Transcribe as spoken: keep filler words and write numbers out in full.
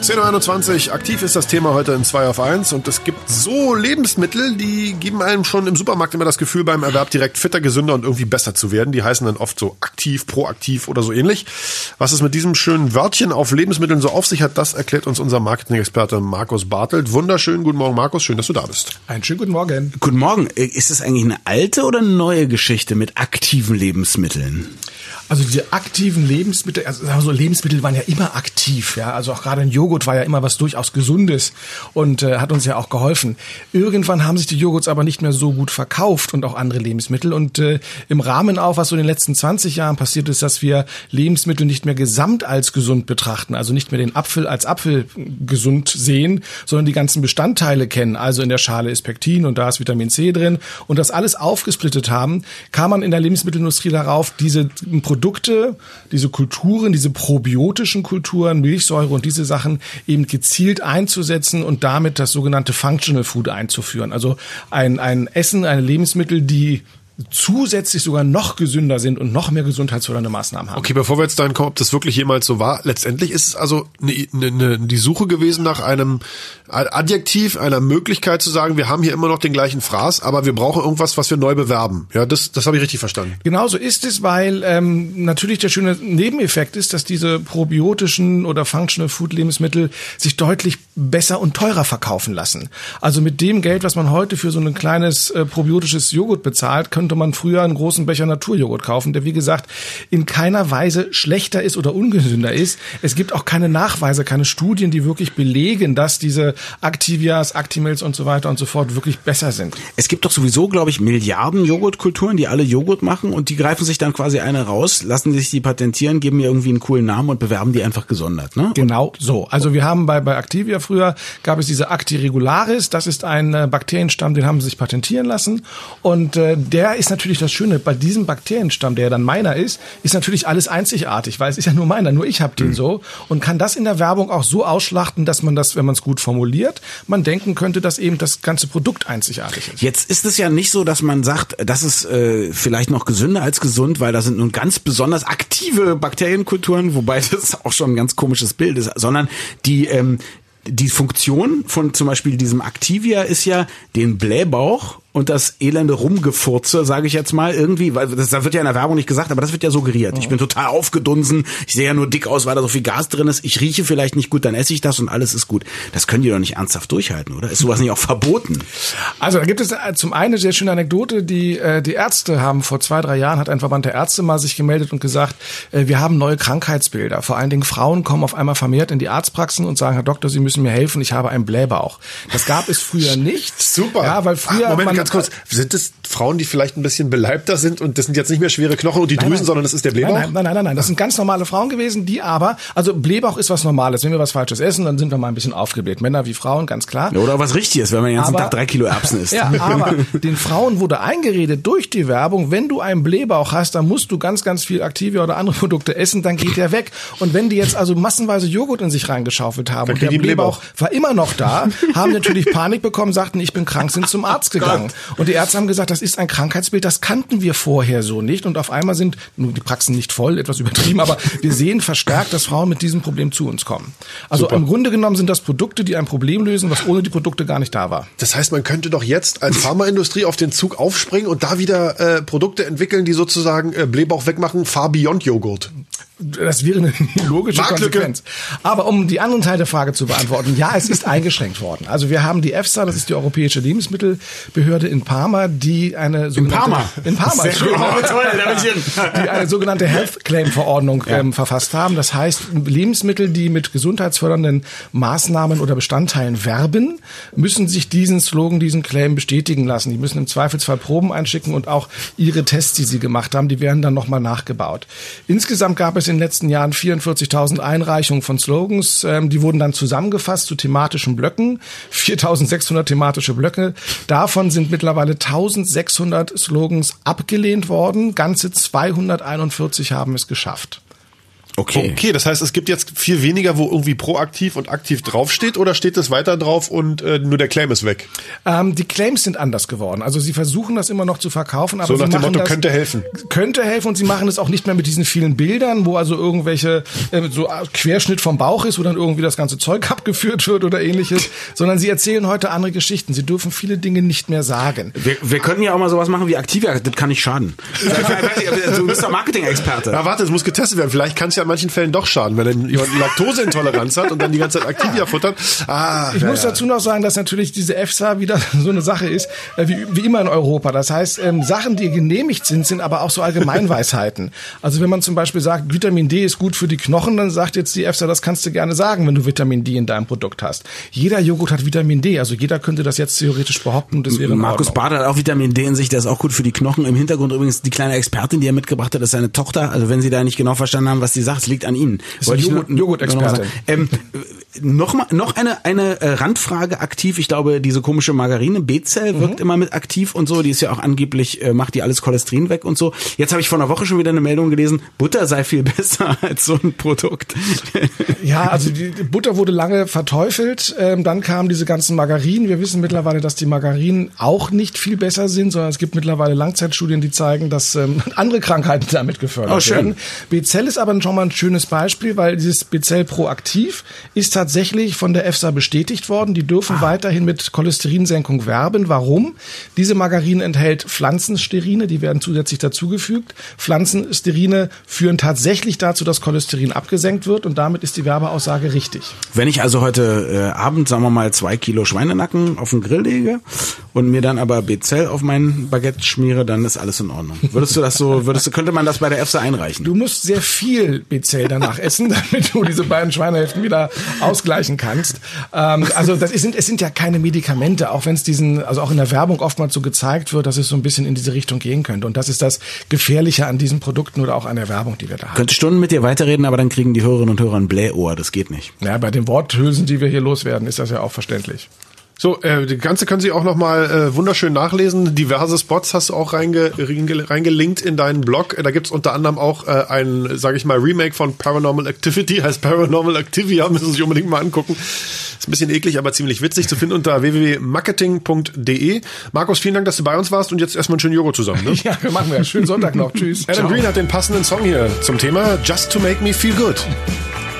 zehn Uhr einundzwanzig, aktiv ist das Thema heute in zwei auf eins und es gibt so Lebensmittel, die geben einem schon im Supermarkt immer das Gefühl, beim Erwerb direkt fitter, gesünder und irgendwie besser zu werden. Die heißen dann oft so aktiv, proaktiv oder so ähnlich. Was es mit diesem schönen Wörtchen auf Lebensmitteln so auf sich hat, das erklärt uns unser Marketing-Experte Markus Bartelt. Wunderschönen guten Morgen, Markus. Schön, dass du da bist. Einen schönen guten Morgen. Guten Morgen. Ist das eigentlich eine alte oder eine neue Geschichte mit aktiven Lebensmitteln? Also diese aktiven Lebensmittel, also sagen wir so, Lebensmittel waren ja immer aktiv, ja. Also auch gerade ein Joghurt war ja immer was durchaus Gesundes und äh, hat uns ja auch geholfen. Irgendwann haben sich die Joghurts aber nicht mehr so gut verkauft und auch andere Lebensmittel. Und äh, im Rahmen auch, was so in den letzten zwanzig Jahren passiert ist, dass wir Lebensmittel nicht mehr gesamt als gesund betrachten, also nicht mehr den Apfel als Apfel gesund sehen, sondern die ganzen Bestandteile kennen. Also in der Schale ist Pektin und da ist Vitamin C drin und das alles aufgesplittet haben, kam man in der Lebensmittelindustrie darauf, diese Produkte Produkte, diese Kulturen, diese probiotischen Kulturen, Milchsäure und diese Sachen eben gezielt einzusetzen und damit das sogenannte Functional Food einzuführen. Also ein, ein Essen, eine Lebensmittel, die zusätzlich sogar noch gesünder sind und noch mehr gesundheitsfördernde Maßnahmen haben. Okay, bevor wir jetzt dahin kommen, ob das wirklich jemals so war, letztendlich ist es also eine, eine, die Suche gewesen nach einem Adjektiv, einer Möglichkeit zu sagen, wir haben hier immer noch den gleichen Fraß, aber wir brauchen irgendwas, was wir neu bewerben. Ja, das, das habe ich richtig verstanden. Genau so ist es, weil ähm, natürlich der schöne Nebeneffekt ist, dass diese probiotischen oder Functional Food Lebensmittel sich deutlich besser und teurer verkaufen lassen. Also mit dem Geld, was man heute für so ein kleines äh, probiotisches Joghurt bezahlt, könnte man früher einen großen Becher Naturjoghurt kaufen, der wie gesagt in keiner Weise schlechter ist oder ungesünder ist. Es gibt auch keine Nachweise, keine Studien, die wirklich belegen, dass diese Activias, Actimels und so weiter und so fort wirklich besser sind. Es gibt doch sowieso, glaube ich, Milliarden Joghurtkulturen, die alle Joghurt machen und die greifen sich dann quasi eine raus, lassen sich die patentieren, geben mir irgendwie einen coolen Namen und bewerben die einfach gesondert, ne? Genau so. Also wir haben bei bei Activia früher gab es diese Actiregularis, das ist ein äh, Bakterienstamm, den haben sie sich patentieren lassen und äh, der ist natürlich das Schöne, bei diesem Bakterienstamm, der dann meiner ist, ist natürlich alles einzigartig, weil es ist ja nur meiner, nur ich habe den mhm. so und kann das in der Werbung auch so ausschlachten, dass man das, wenn man es gut formuliert, man denken könnte, dass eben das ganze Produkt einzigartig ist. Jetzt ist es ja nicht so, dass man sagt, das ist äh, vielleicht noch gesünder als gesund, weil da sind nun ganz besonders aktive Bakterienkulturen, wobei das auch schon ein ganz komisches Bild ist, sondern die ähm, die Funktion von zum Beispiel diesem Activia ist ja, den Blähbauch und das elende Rumgefurze, sage ich jetzt mal, irgendwie, weil das, das wird ja in der Werbung nicht gesagt, aber das wird ja suggeriert. Ich bin total aufgedunsen, ich sehe ja nur dick aus, weil da so viel Gas drin ist, ich rieche vielleicht nicht gut, dann esse ich das und alles ist gut. Das können die doch nicht ernsthaft durchhalten, oder? Ist sowas nicht auch verboten? Also da gibt es zum einen eine sehr schöne Anekdote, die äh, die Ärzte haben vor zwei, drei Jahren, hat ein Verband der Ärzte mal sich gemeldet und gesagt, äh, wir haben neue Krankheitsbilder. Vor allen Dingen Frauen kommen auf einmal vermehrt in die Arztpraxen und sagen, Herr Doktor, Sie müssen mir helfen, ich habe einen Blähbauch. Das gab es früher nicht. Super. Ja, weil früher... Ach, Moment, man, ganz kurz. Sind es Frauen, die vielleicht ein bisschen beleibter sind und das sind jetzt nicht mehr schwere Knochen und die nein, Drüsen, nein. sondern das ist der Blähbauch? Nein, nein, nein, nein, nein. Das sind ganz normale Frauen gewesen, die aber, also Blähbauch ist was Normales. Wenn wir was Falsches essen, dann sind wir mal ein bisschen aufgebläht. Männer wie Frauen, ganz klar. Oder was Richtiges, wenn man den ganzen aber, Tag drei Kilo Erbsen isst. Ja, aber den Frauen wurde eingeredet durch die Werbung, wenn du einen Blähbauch hast, dann musst du ganz, ganz viel Activia oder andere Produkte essen, dann geht der weg. Und wenn die jetzt also massenweise Joghurt in sich reingeschaufelt haben und der Blähbauch war immer noch da, haben natürlich Panik bekommen, sagten, ich bin krank, sind zum Arzt gegangen. Und die Ärzte haben gesagt, das ist ein Krankheitsbild, das kannten wir vorher so nicht. Und auf einmal sind, nun die Praxen nicht voll, etwas übertrieben, aber wir sehen verstärkt, dass Frauen mit diesem Problem zu uns kommen. Also Super. Im Grunde genommen sind das Produkte, die ein Problem lösen, was ohne die Produkte gar nicht da war. Das heißt, man könnte doch jetzt als Pharmaindustrie auf den Zug aufspringen und da wieder äh, Produkte entwickeln, die sozusagen äh, Blähbauch wegmachen, Far Beyond Joghurt. Das wäre eine logische Marktlücke. Konsequenz. Aber um die anderen Teil der Frage zu beantworten, ja, es ist eingeschränkt worden. Also wir haben die EFSA, das ist die Europäische Lebensmittelbehörde in Parma, die eine sogenannte... In Parma? In Parma. Sehr gut. Oh, toll, die eine sogenannte Health Claim Verordnung ja. ähm, verfasst haben. Das heißt, Lebensmittel, die mit gesundheitsfördernden Maßnahmen oder Bestandteilen werben, müssen sich diesen Slogan, diesen Claim bestätigen lassen. Die müssen im Zweifelsfall Proben einschicken und auch ihre Tests, die sie gemacht haben, die werden dann nochmal nachgebaut. Insgesamt gab es in den letzten Jahren vierundvierzigtausend Einreichungen von Slogans. Ähm, die wurden dann zusammengefasst zu thematischen Blöcken. viertausendsechshundert thematische Blöcke. Davon sind mittlerweile eintausendsechshundert Slogans abgelehnt worden. Ganze zweihunderteinundvierzig haben es geschafft. Okay. Okay, das heißt, es gibt jetzt viel weniger, wo irgendwie proaktiv und aktiv draufsteht, oder steht es weiter drauf und äh, nur der Claim ist weg? Ähm, die Claims sind anders geworden. Also sie versuchen das immer noch zu verkaufen, aber So sie nach dem machen Motto, das, könnte helfen. Könnte helfen, und sie machen es auch nicht mehr mit diesen vielen Bildern, wo also irgendwelche äh, so Querschnitt vom Bauch ist, wo dann irgendwie das ganze Zeug abgeführt wird oder ähnliches, sondern sie erzählen heute andere Geschichten. Sie dürfen viele Dinge nicht mehr sagen. Wir, wir können ja auch mal sowas machen wie Aktivia, das kann nicht schaden. Du bist doch Marketing-Experte. Na warte, es muss getestet werden. Vielleicht kann es ja in manchen Fällen doch schaden, wenn dann jemand Laktoseintoleranz hat und dann die ganze Zeit Aktivia futtert. Ah, ich ja, muss ja. dazu noch sagen, dass natürlich diese EFSA wieder so eine Sache ist, äh, wie, wie immer in Europa. Das heißt, ähm, Sachen, die genehmigt sind, sind aber auch so Allgemeinweisheiten. Also wenn man zum Beispiel sagt, Vitamin D ist gut für die Knochen, dann sagt jetzt die EFSA, das kannst du gerne sagen, wenn du Vitamin D in deinem Produkt hast. Jeder Joghurt hat Vitamin D, also jeder könnte das jetzt theoretisch behaupten und das wäre in Markus Ordnung. Bader hat auch Vitamin D in sich, der ist auch gut für die Knochen. Im Hintergrund übrigens die kleine Expertin, die er mitgebracht hat, ist seine Tochter. Also wenn Sie da nicht genau verstanden haben, was sie sagt, es liegt an Ihnen. Ist eine Joghurt- Joghurt-Expertin. Ähm, noch mal, noch eine eine äh, Randfrage aktiv. Ich glaube, diese komische Margarine B-Zell wirkt Mhm. immer mit aktiv und so. Die ist ja auch angeblich, äh, macht die alles Cholesterin weg und so. Jetzt habe ich vor einer Woche schon wieder eine Meldung gelesen, Butter sei viel besser als so ein Produkt. Ja, also die die Butter wurde lange verteufelt, ähm, dann kamen diese ganzen Margarinen. Wir wissen mittlerweile, dass die Margarinen auch nicht viel besser sind, sondern es gibt mittlerweile Langzeitstudien, die zeigen, dass ähm, andere Krankheiten damit gefördert Oh, schön. werden. B-Zell ist aber schon mal ein schönes Beispiel, weil dieses B-Zell Proaktiv ist tatsächlich von der EFSA bestätigt worden. Die dürfen ah. weiterhin mit Cholesterinsenkung werben. Warum? Diese Margarine enthält Pflanzensterine, die werden zusätzlich dazugefügt. Pflanzensterine führen tatsächlich dazu, dass Cholesterin abgesenkt wird, und damit ist die Werbeaussage richtig. Wenn ich also heute äh, Abend, sagen wir mal, zwei Kilo Schweinenacken auf den Grill lege und mir dann aber B-Zell auf mein Baguette schmiere, dann ist alles in Ordnung. Würdest du das so, würdest du, könnte man das bei der EFSA einreichen? Du musst sehr viel B-Zell danach essen, damit du diese beiden Schweinehälften wieder ausgleichen kannst. Ähm, also das sind, es sind ja keine Medikamente, auch wenn es diesen, also auch in der Werbung oftmals so gezeigt wird, dass es so ein bisschen in diese Richtung gehen könnte. Und das ist das Gefährliche an diesen Produkten oder auch an der Werbung, die wir da haben. Könnte Stunden mit dir weiterreden, aber dann kriegen die Hörerinnen und Hörer ein Blähohr. Das geht nicht. Ja, bei den Worthülsen, die wir hier loswerden, ist das ja auch verständlich. So, äh, die ganze können Sie auch noch mal äh, wunderschön nachlesen. Diverse Spots hast du auch reinge, reinge, reingelinkt in deinen Blog. Da gibt's unter anderem auch äh, ein, sage ich mal, Remake von Paranormal Activity, heißt Paranormal Activia, müssen Sie sich unbedingt mal angucken. Ist ein bisschen eklig, aber ziemlich witzig zu finden unter w w w punkt marketing punkt d e. Markus, vielen Dank, dass du bei uns warst, und jetzt erstmal einen schönen Joghurt zusammen. Ne? Ja, wir machen wir. Schönen Sonntag noch. Tschüss. Adam Ciao. Green hat den passenden Song hier zum Thema Just to Make Me Feel Good.